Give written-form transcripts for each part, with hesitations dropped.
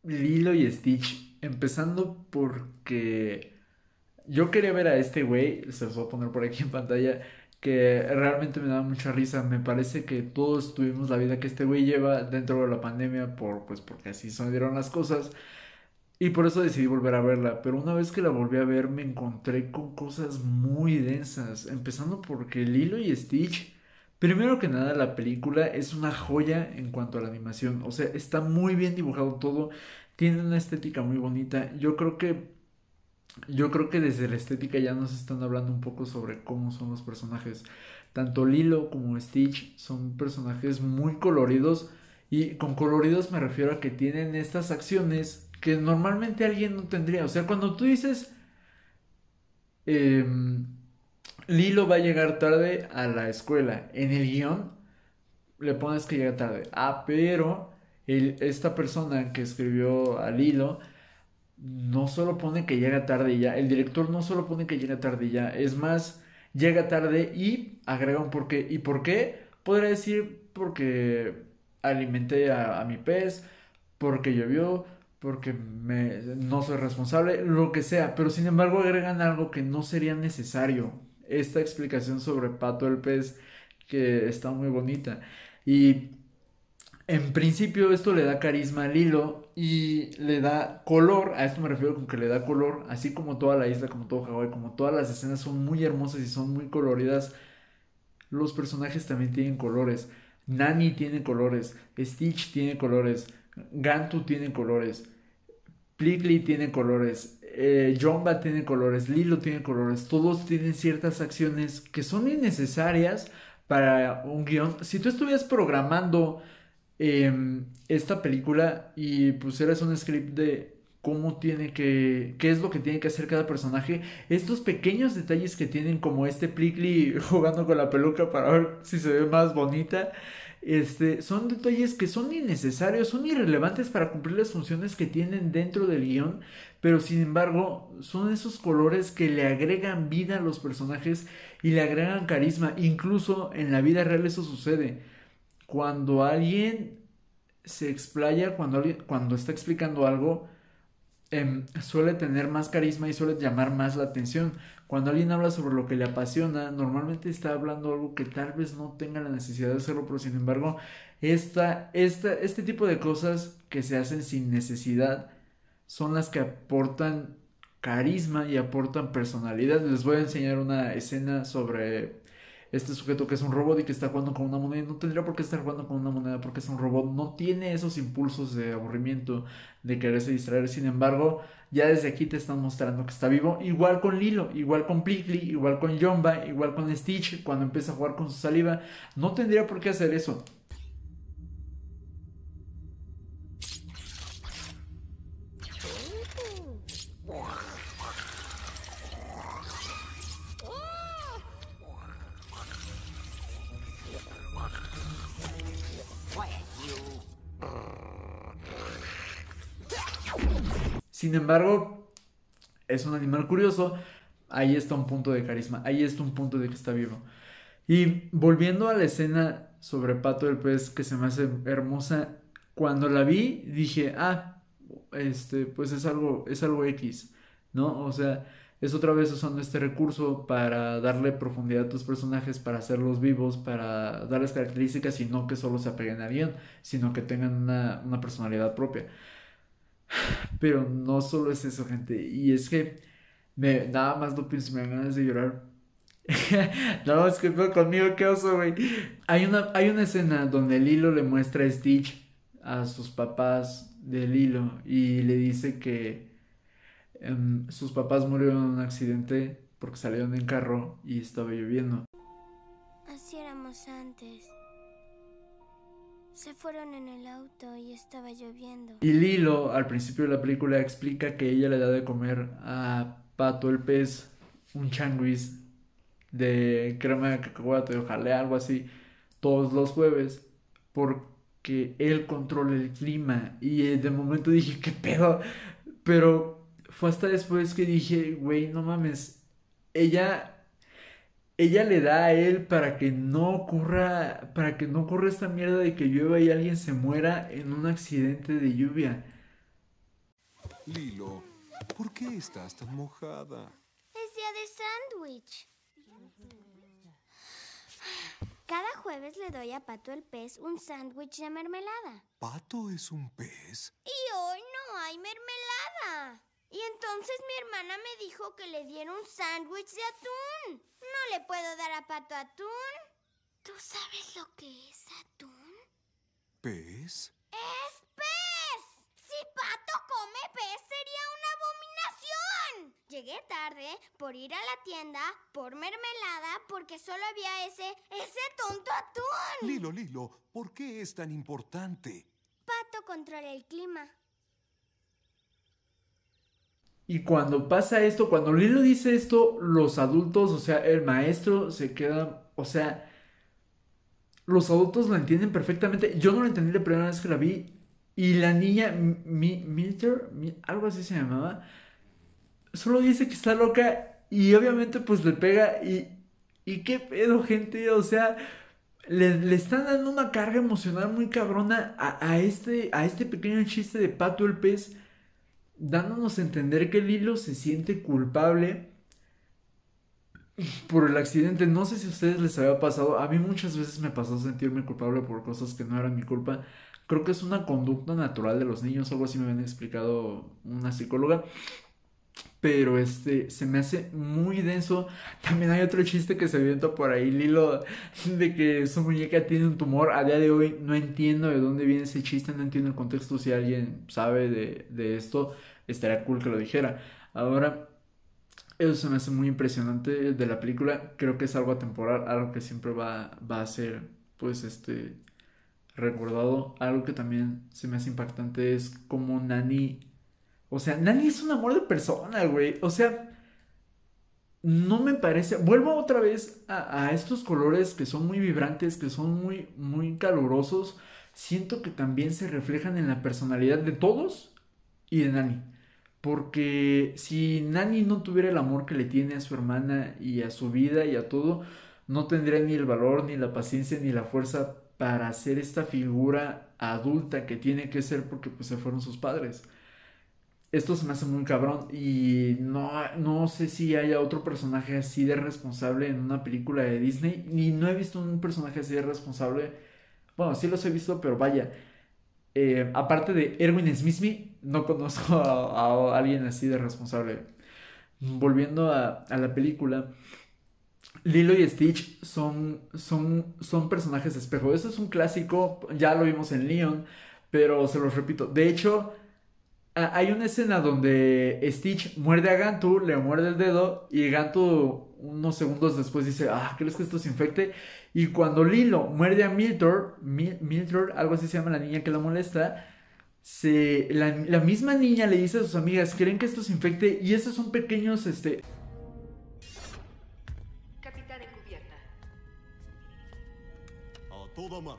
Lilo y Stitch, empezando porque yo quería ver a este güey, se los voy a poner por aquí en pantalla, que realmente me daba mucha risa. Me parece que todos tuvimos la vida que este güey lleva dentro de la pandemia pues porque así son dieron las cosas. Y por eso decidí volver a verla, pero una vez que la volví a ver me encontré con cosas muy densas, empezando porque Lilo y Stitch, primero que nada la película es una joya en cuanto a la animación, o sea, está muy bien dibujado todo, tiene una estética muy bonita, yo creo que desde la estética ya nos están hablando un poco sobre cómo son los personajes. Tanto Lilo como Stitch son personajes muy coloridos. Y con coloridos me refiero a que tienen estas acciones que normalmente alguien no tendría. O sea, cuando tú dices eh, Lilo va a llegar tarde a la escuela, en el guión le pones que llega tarde. Ah, pero esta persona que escribió a Lilo no solo pone que llega tarde y ya, el director no solo pone que llega tarde y ya, es más, llega tarde y agrega un porqué. ¿Y por qué? Podría decir porque alimenté a mi pez, porque llovió, porque no soy responsable, lo que sea, pero sin embargo agregan algo que no sería necesario. Esta explicación sobre Pato el pez que está muy bonita. Y en principio esto le da carisma al hilo y le da color, a esto me refiero con que le da color, así como toda la isla, como todo Hawái, como todas las escenas son muy hermosas y son muy coloridas, los personajes también tienen colores. Nani tiene colores, Stitch tiene colores, Gantu tiene colores, Plickly tiene colores, Jumba tiene colores, Lilo tiene colores, todos tienen ciertas acciones que son innecesarias para un guión. Si tú estuvieras programando esta película y pusieras un script de qué es lo que tiene que hacer cada personaje, estos pequeños detalles que tienen como este Plickly jugando con la peluca para ver si se ve más bonita, son detalles que son innecesarios, son irrelevantes para cumplir las funciones que tienen dentro del guión, pero sin embargo son esos colores que le agregan vida a los personajes y le agregan carisma. Incluso en la vida real eso sucede cuando alguien se explaya, cuando está explicando algo, suele tener más carisma y suele llamar más la atención. Cuando alguien habla sobre lo que le apasiona, normalmente está hablando algo que tal vez no tenga la necesidad de hacerlo, pero sin embargo, este tipo de cosas que se hacen sin necesidad son las que aportan carisma y aportan personalidad. Les voy a enseñar una escena sobre este sujeto que es un robot y que está jugando con una moneda. No tendría por qué estar jugando con una moneda porque es un robot. No tiene esos impulsos de aburrimiento, de quererse distraer. Sin embargo, ya desde aquí te están mostrando que está vivo. Igual con Lilo, igual con Plickly, igual con Jumba, igual con Stitch. Cuando empieza a jugar con su saliva, no tendría por qué hacer eso. Sin embargo, es un animal curioso. Ahí está un punto de carisma. Ahí está un punto de que está vivo. Y volviendo a la escena sobre Pato el pez que se me hace hermosa, cuando la vi dije, pues es algo X, ¿no? O sea, es otra vez usando este recurso para darle profundidad a tus personajes, para hacerlos vivos, para darles características y no que solo se apeguen a alguien, sino que tengan una personalidad propia. Pero no solo es eso, gente, y es que nada más lo pienso, me dan ganas de llorar. No, es que fue conmigo, qué oso, güey. Hay una escena donde Lilo le muestra a Stitch a sus papás de Lilo y le dice que sus papás murieron en un accidente porque salieron en carro y estaba lloviendo. Así éramos antes. Se fueron en el auto y estaba lloviendo. Y Lilo, al principio de la película, explica que ella le da de comer a Pato el pez un changuis de crema de cacahuate o jalea, algo así, todos los jueves, porque él controla el clima. Y de momento dije, ¿qué pedo? Pero fue hasta después que dije, güey, no mames, ella, ella le da a él para que no ocurra esta mierda de que llueva y alguien se muera en un accidente de lluvia. Lilo, ¿por qué estás tan mojada? Es día de sándwich. Cada jueves le doy a Pato el pez un sándwich de mermelada. ¿Pato es un pez? Y hoy no hay mermelada. Y entonces mi hermana me dijo que le diera un sándwich de atún. No le puedo dar a Pato atún. ¿Tú sabes lo que es atún? ¿Pez? ¡Es pez! Si Pato come pez sería una abominación. Llegué tarde por ir a la tienda por mermelada porque solo había ese tonto atún. Lilo, ¿por qué es tan importante? Pato controla el clima. Y cuando pasa esto, cuando Lilo dice esto, los adultos, o sea, el maestro se queda, o sea, los adultos lo entienden perfectamente. Yo no lo entendí la primera vez que la vi. Y la niña, Milter, algo así se llamaba, solo dice que está loca y obviamente pues le pega y qué pedo, gente, o sea, le están dando una carga emocional muy cabrona a este pequeño chiste de Pato el pez, dándonos a entender que Lilo se siente culpable por el accidente. No sé si a ustedes les había pasado, a mí muchas veces me pasó sentirme culpable por cosas que no eran mi culpa. Creo que es una conducta natural de los niños, algo así me habían explicado una psicóloga. Pero se me hace muy denso. También hay otro chiste que se avienta por ahí, Lilo, de que su muñeca tiene un tumor. A día de hoy no entiendo de dónde viene ese chiste, no entiendo el contexto. Si alguien sabe de esto, estaría cool que lo dijera. Ahora, eso se me hace muy impresionante de la película. Creo que es algo atemporal, algo que siempre va a ser, pues, recordado. Algo que también se me hace impactante es como Nani, o sea, Nani es un amor de persona, güey. O sea, no me parece. Vuelvo otra vez a estos colores que son muy vibrantes, que son muy, muy calurosos. Siento que también se reflejan en la personalidad de todos y de Nani. Porque si Nani no tuviera el amor que le tiene a su hermana y a su vida y a todo, no tendría ni el valor, ni la paciencia, ni la fuerza para ser esta figura adulta que tiene que ser porque pues se fueron sus padres. Esto se me hace muy cabrón y no sé si haya otro personaje así de responsable en una película de Disney. Ni no he visto un personaje así de responsable. Bueno, sí los he visto, pero vaya. Aparte de Erwin Smithsmith, no conozco a alguien así de responsable. Volviendo a la película, Lilo y Stitch son personajes de espejo. Eso es un clásico, ya lo vimos en Leon, pero se los repito. De hecho, hay una escena donde Stitch muerde a Gantu, le muerde el dedo y Gantu unos segundos después dice, ¿crees que esto se infecte? Y cuando Lilo muerde a Miltor, algo así se llama la niña que la molesta, la misma niña le dice a sus amigas, ¿creen que esto se infecte? Y esos son pequeños, Capitán encubierta. A toda marcha.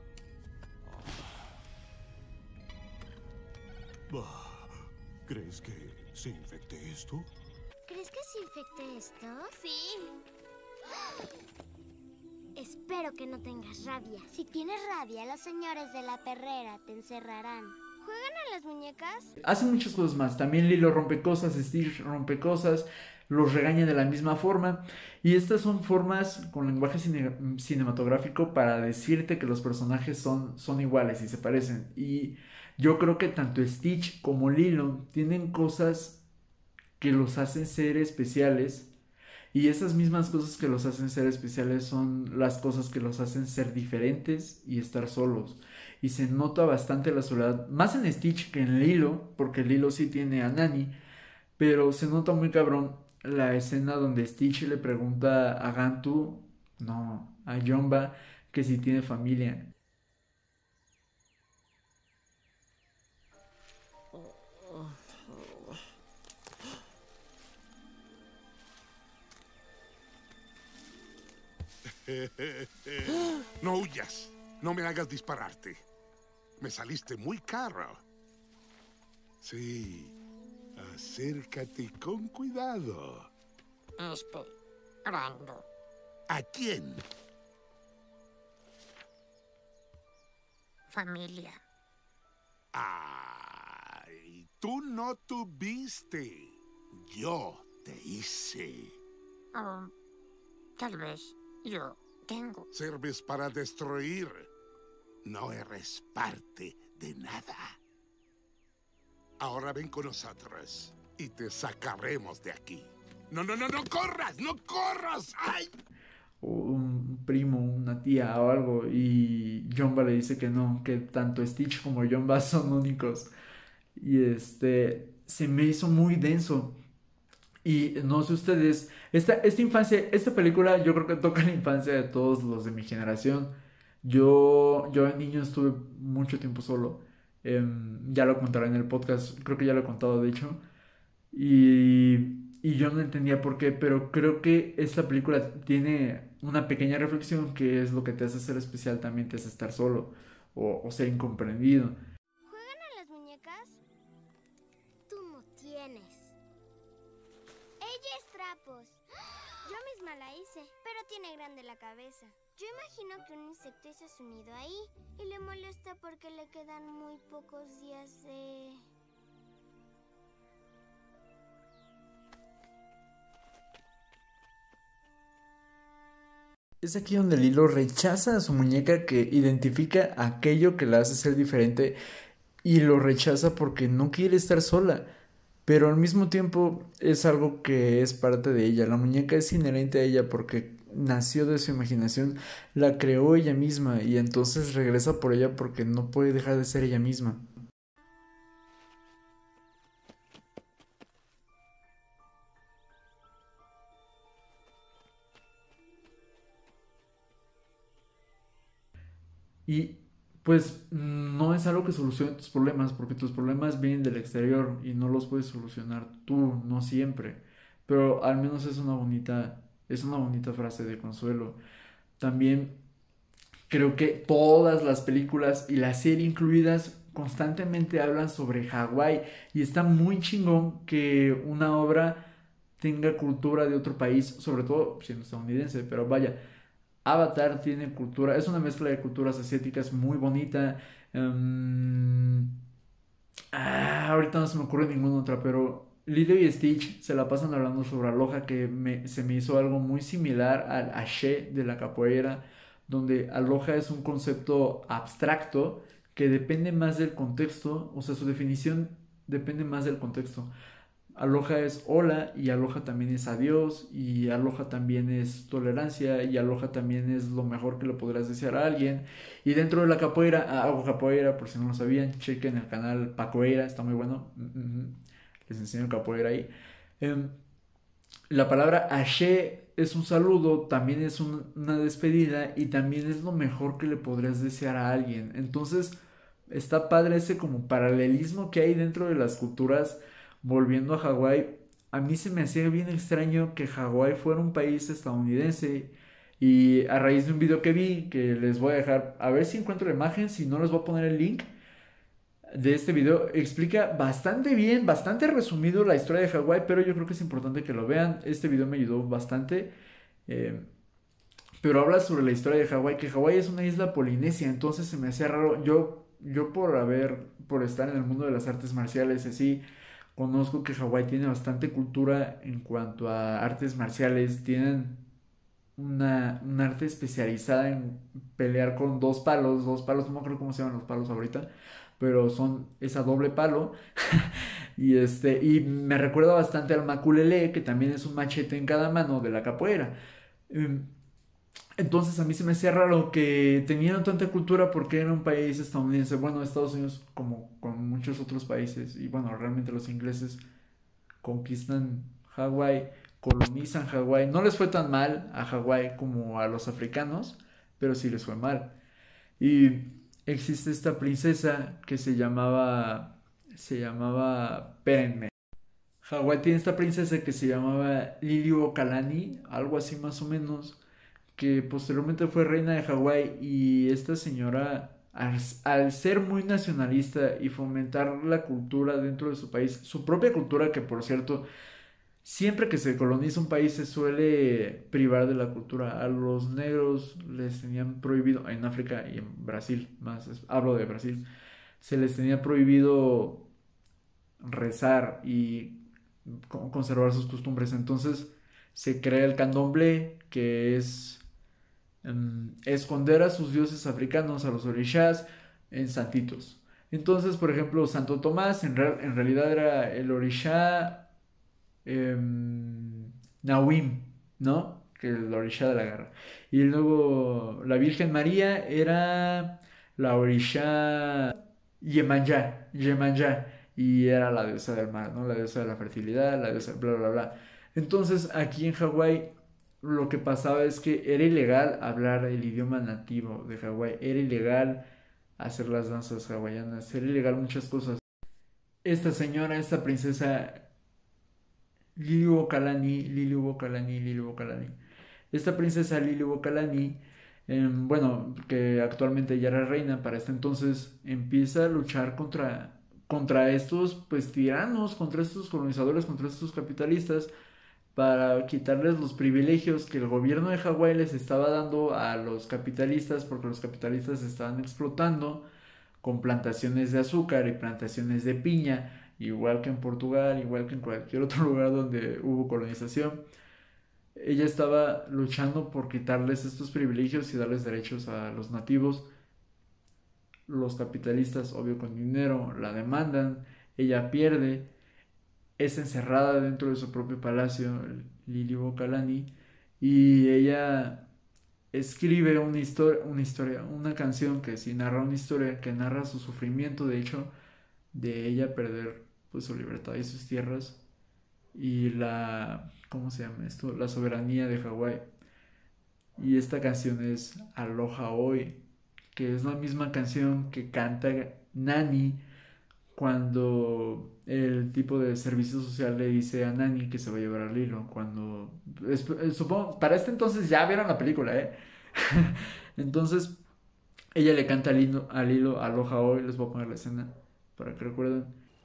¿Crees que se infecte esto? ¿Crees que se infecte esto? Sí. Espero que no tengas rabia. Si tienes rabia, los señores de la perrera te encerrarán. ¿Juegan a las muñecas? Hacen muchas cosas más. También Lilo rompe cosas, Stitch rompe cosas, los regaña de la misma forma. Y estas son formas con lenguaje cinematográfico para decirte que los personajes son iguales y se parecen. Y yo creo que tanto Stitch como Lilo tienen cosas que los hacen ser especiales. Y esas mismas cosas que los hacen ser especiales son las cosas que los hacen ser diferentes y estar solos. Y se nota bastante la soledad, más en Stitch que en Lilo, porque Lilo sí tiene a Nani, pero se nota muy cabrón la escena donde Stitch le pregunta a Gantu, no, a Jumba, que si tiene familia. No huyas. No me hagas dispararte. Me saliste muy caro. Sí. Acércate con cuidado. Esperando. ¿A quién? Familia. Ay, Tú no tuviste. Yo te hice. Tal vez yo tengo. Sirves para destruir. No eres parte de nada. Ahora ven con nosotros y te sacaremos de aquí. No, no, no, no corras, no corras. ¡Ay! O un primo, una tía o algo, y Jumba le dice que no, que tanto Stitch como Jumba son únicos. Y se me hizo muy denso. Y no sé ustedes, esta infancia, esta película yo creo que toca la infancia de todos los de mi generación. Yo de niño estuve mucho tiempo solo. Ya lo contaré en el podcast, creo que ya lo he contado de hecho. Y yo no entendía por qué, pero creo que esta película tiene una pequeña reflexión que es lo que te hace ser especial, también te hace estar solo o ser incomprendido. ¿Juegan a las muñecas? Tú no tienes. Ella es trapos. Yo misma la hice, pero tiene grande la cabeza. Yo imagino que un insecto hizo su nido ahí y le molesta porque le quedan muy pocos días de... Es aquí donde Lilo rechaza a su muñeca, que identifica aquello que la hace ser diferente y lo rechaza porque no quiere estar sola. Pero al mismo tiempo es algo que es parte de ella. La muñeca es inherente a ella porque nació de su imaginación, la creó ella misma y entonces regresa por ella porque no puede dejar de ser ella misma. Y pues no es algo que solucione tus problemas, porque tus problemas vienen del exterior y no los puedes solucionar tú, no siempre. Pero al menos es una bonita frase de consuelo. También creo que todas las películas y la serie incluidas constantemente hablan sobre Hawái y está muy chingón que una obra tenga cultura de otro país, sobre todo siendo estadounidense, pero vaya, Avatar tiene cultura, es una mezcla de culturas asiáticas muy bonita. Ahorita no se me ocurre ninguna otra, pero Lilo y Stitch se la pasan hablando sobre Aloha, que se me hizo algo muy similar al Ashe de la capoeira, donde Aloha es un concepto abstracto que depende más del contexto, o sea, su definición depende más del contexto. Aloha es hola y aloha también es adiós y aloha también es tolerancia y aloha también es lo mejor que le podrás desear a alguien. Y dentro de la capoeira, hago capoeira por si no lo sabían, chequen el canal Pacoeira, está muy bueno. Les enseño capoeira ahí. La palabra ashe es un saludo, también es una despedida y también es lo mejor que le podrías desear a alguien. Entonces está padre ese como paralelismo que hay dentro de las culturas. Volviendo a Hawái, a mí se me hacía bien extraño que Hawái fuera un país estadounidense y a raíz de un video que vi, que les voy a dejar, a ver si encuentro la imagen, si no les voy a poner el link de este video, explica bastante bien, bastante resumido la historia de Hawái, pero yo creo que es importante que lo vean. Este video me ayudó bastante, pero habla sobre la historia de Hawái, que Hawái es una isla polinesia, entonces se me hacía raro, yo por estar en el mundo de las artes marciales así, conozco que Hawái tiene bastante cultura en cuanto a artes marciales. Tienen un arte especializada en pelear con dos palos, no me acuerdo cómo se llaman los palos ahorita, pero son esa doble palo. Y me recuerda bastante al maculelé, que también es un machete en cada mano de la capoeira. Entonces a mí se me hacía raro que tenían tanta cultura porque era un país estadounidense. Bueno, Estados Unidos como con muchos otros países. Y bueno, realmente los ingleses conquistan Hawái, colonizan Hawái. No les fue tan mal a Hawái como a los africanos, pero sí les fue mal. Y existe esta princesa que se llamaba Perenme. Hawái tiene esta princesa que se llamaba Liliuokalani, algo así más o menos, que posteriormente fue reina de Hawái. Y esta señora, al ser muy nacionalista y fomentar la cultura dentro de su país, su propia cultura, que por cierto, siempre que se coloniza un país se suele privar de la cultura. A los negros les tenían prohibido, en África y en Brasil, hablo de Brasil, se les tenía prohibido rezar y conservar sus costumbres. Entonces se crea el candomblé, que es esconder a sus dioses africanos, a los orishas, en santitos. Entonces, por ejemplo, Santo Tomás en realidad era el orisha Nawim, ¿no? Que es el orisha de la guerra. Y luego la Virgen María era la orisha Yemanja, y era la diosa del mar, ¿no? La diosa de la fertilidad, la diosa bla, bla, bla. Entonces, aquí en Hawái lo que pasaba es que era ilegal hablar el idioma nativo de Hawái, era ilegal hacer las danzas hawaianas, era ilegal muchas cosas. Esta señora, esta princesa Liliuokalani. Esta princesa Liliuokalani, bueno, que actualmente ya era reina para este entonces, empieza a luchar contra estos pues tiranos, contra estos colonizadores, contra estos capitalistas, para quitarles los privilegios que el gobierno de Hawái les estaba dando a los capitalistas, porque los capitalistas estaban explotando con plantaciones de azúcar y plantaciones de piña, igual que en Portugal, igual que en cualquier otro lugar donde hubo colonización. Ella estaba luchando por quitarles estos privilegios y darles derechos a los nativos. Los capitalistas, obvio con dinero, la demandan, ella pierde, es encerrada dentro de su propio palacio, Liliuokalani, y ella escribe una canción que sí narra una historia que narra su sufrimiento, de hecho, de ella perder pues su libertad y sus tierras y ¿cómo se llama esto? La soberanía de Hawái. Y esta canción es Aloha Oi, que es la misma canción que canta Nani cuando el tipo de servicio social le dice a Nani que se va a llevar a Lilo. Supongo, para este entonces ya vieron la película, ¿eh? Entonces, ella le canta a Lilo Aloha Oi. Les voy a poner la escena para que recuerden.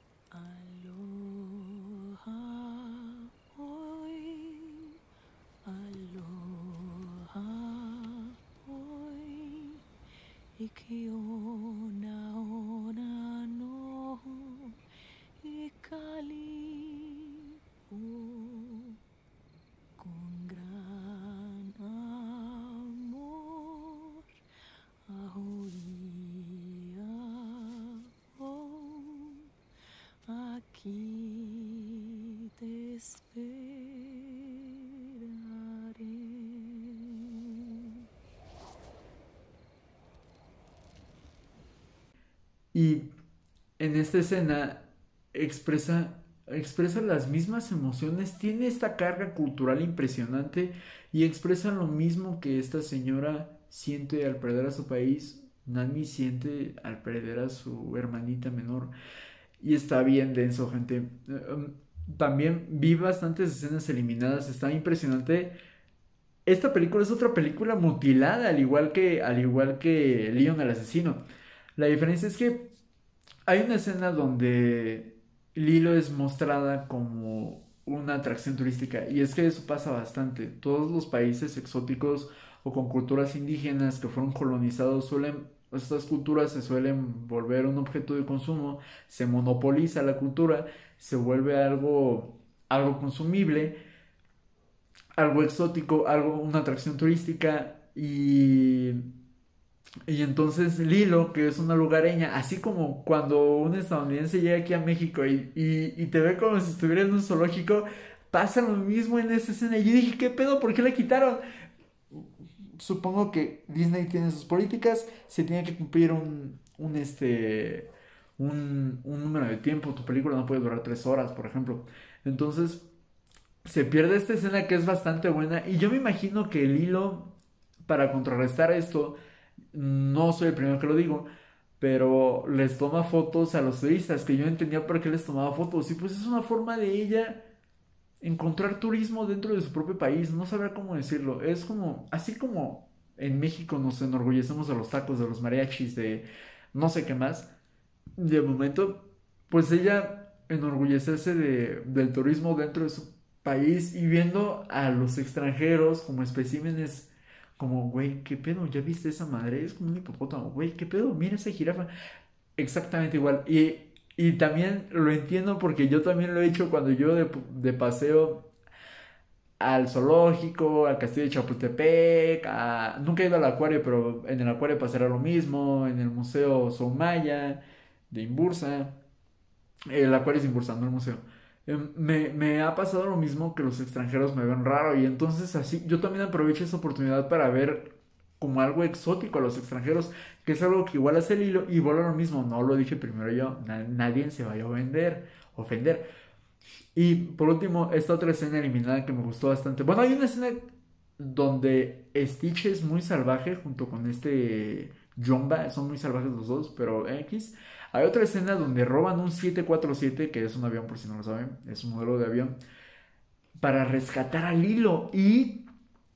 Con gran amor, aquí te esperaré. Y en esta escena expresa las mismas emociones, tiene esta carga cultural impresionante y expresa lo mismo que esta señora siente al perder a su país, Nani siente al perder a su hermanita menor. Y está bien denso, gente. También vi bastantes escenas eliminadas, está impresionante. Esta película es otra película mutilada, al igual que Leon el asesino. La diferencia es que hay una escena donde Lilo es mostrada como una atracción turística, y es que eso pasa bastante. Todos los países exóticos o con culturas indígenas que fueron colonizados estas culturas se suelen volver un objeto de consumo, se monopoliza la cultura, se vuelve algo consumible, algo exótico, una atracción turística. Y entonces Lilo, que es una lugareña, así como cuando un estadounidense llega aquí a México y te ve como si estuviera en un zoológico, pasa lo mismo en esa escena. Y yo dije, ¿qué pedo? ¿Por qué la quitaron? Supongo que Disney tiene sus políticas, se tiene que cumplir un número de tiempo. Tu película no puede durar 3 horas, por ejemplo. Entonces se pierde esta escena que es bastante buena. Y yo me imagino que Lilo, para contrarrestar esto, no soy el primero que lo digo, pero les toma fotos a los turistas, que yo no entendía por qué les tomaba fotos. Y pues es una forma de ella encontrar turismo dentro de su propio país, no saber cómo decirlo. Es como, así como en México nos enorgullecemos de los tacos, de los mariachis, de no sé qué más, de momento, pues ella enorgullecerse del turismo dentro de su país y viendo a los extranjeros como especímenes. Como, güey, ¿qué pedo? ¿Ya viste esa madre? Es como un hipopótamo, güey, ¿qué pedo? Mira esa jirafa. Exactamente igual. Y Y también lo entiendo porque yo también lo he hecho cuando yo de paseo al zoológico, al castillo de Chapultepec, nunca he ido al acuario, pero en el acuario pasará lo mismo, en el museo Soumaya de Imbursa, el acuario es Imbursa, no el museo. Me ha pasado lo mismo que los extranjeros me ven raro y entonces así yo también aprovecho esa oportunidad para ver como algo exótico a los extranjeros, que es algo que igual hace el hilo y vuelve a lo mismo, no lo dije primero yo, nadie se vaya a ofender. Y por último, esta otra escena eliminada que me gustó bastante. Bueno, hay una escena donde Stitch es muy salvaje junto con este Jumba, son muy salvajes los dos, pero X. Hay otra escena donde roban un 747, que es un avión por si no lo saben, es un modelo de avión, para rescatar a Lilo. Y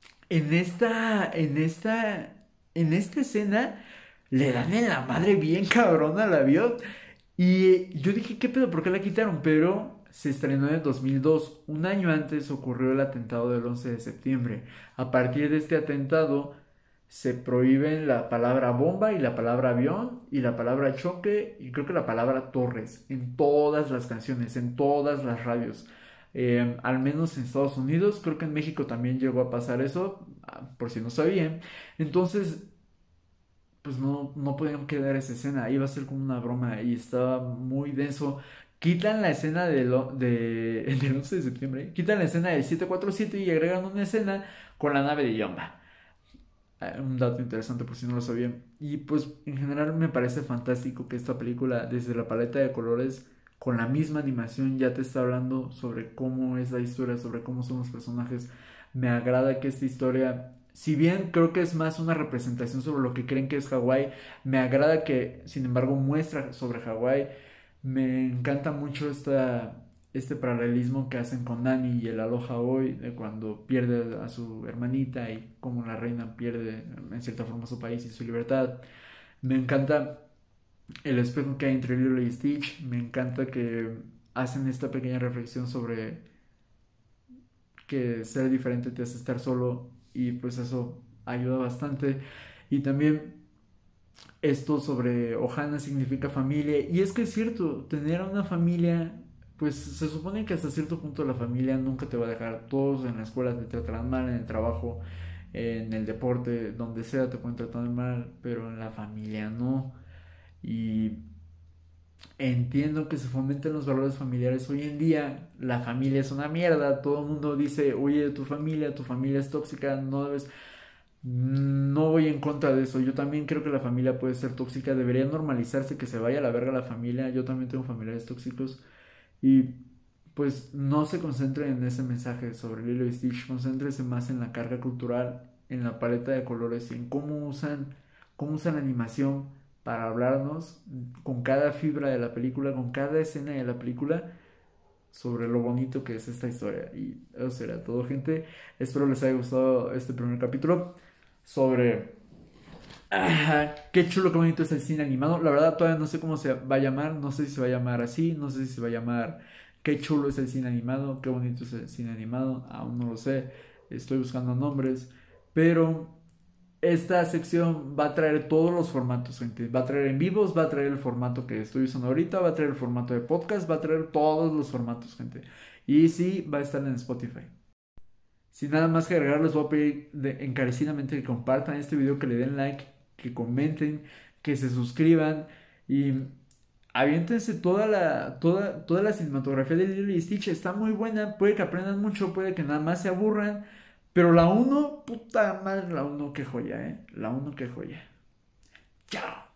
en esta escena le dan en la madre bien cabrón al avión. Y yo dije, ¿qué pedo? ¿Por qué la quitaron? Pero se estrenó en el 2002. Un año antes ocurrió el atentado del 11 de septiembre. A partir de este atentado se prohíben la palabra bomba y la palabra avión y la palabra choque y creo que la palabra torres en todas las canciones, en todas las radios. Al menos en Estados Unidos, creo que en México también llegó a pasar eso, por si no sabían. Entonces, pues no podían quedar esa escena, iba a ser como una broma y estaba muy denso. Quitan la escena del 11 de septiembre, quitan la escena del 747 y agregan una escena con la nave de Yamba. Un dato interesante por si no lo sabían. Y pues en general me parece fantástico que esta película, desde la paleta de colores, con la misma animación, ya te está hablando sobre cómo es la historia, sobre cómo son los personajes. Me agrada que esta historia, si bien creo que es más una representación sobre lo que creen que es Hawái, me agrada que sin embargo muestra sobre Hawái. Me encanta mucho este paralelismo que hacen con Nani y el Aloha Hoy, de cuando pierde a su hermanita y cómo la reina pierde en cierta forma su país y su libertad. Me encanta el espejo que hay entre Lilo y Stitch. Me encanta que hacen esta pequeña reflexión sobre que ser diferente te hace estar solo y pues eso ayuda bastante. Y también esto sobre Ohana significa familia, y es que es cierto, tener una familia, pues se supone que hasta cierto punto la familia nunca te va a dejar. Todos en la escuela te tratarán mal, en el trabajo, en el deporte, donde sea te pueden tratar mal, pero en la familia no. Y entiendo que se fomenten los valores familiares. Hoy en día la familia es una mierda, todo el mundo dice, oye, tu familia es tóxica, no debes... No voy en contra de eso. Yo también creo que la familia puede ser tóxica. Debería normalizarse que se vaya a la verga la familia. Yo también tengo familiares tóxicos. Y pues no se concentren en ese mensaje sobre Lilo y Stitch. Concéntrense más en la carga cultural, en la paleta de colores y en cómo usan la animación para hablarnos con cada fibra de la película, con cada escena de la película, sobre lo bonito que es esta historia. Y eso será todo, gente. Espero les haya gustado este primer capítulo sobre qué chulo, qué bonito es el cine animado. La verdad todavía no sé cómo se va a llamar. No sé si se va a llamar así, no sé si se va a llamar qué chulo es el cine animado, qué bonito es el cine animado. Aún no lo sé, estoy buscando nombres. Pero esta sección va a traer todos los formatos, gente. Va a traer en vivos, va a traer el formato que estoy usando ahorita, va a traer el formato de podcast, va a traer todos los formatos, gente. Y sí, va a estar en Spotify. Sin nada más que agregar, les voy a pedir encarecidamente que compartan este video, que le den like, que comenten, que se suscriban y aviéntense toda la cinematografía de Lilo y Stitch. Está muy buena, puede que aprendan mucho, puede que nada más se aburran. Pero la 1, puta madre, la 1 qué joya, La 1 qué joya. Chao.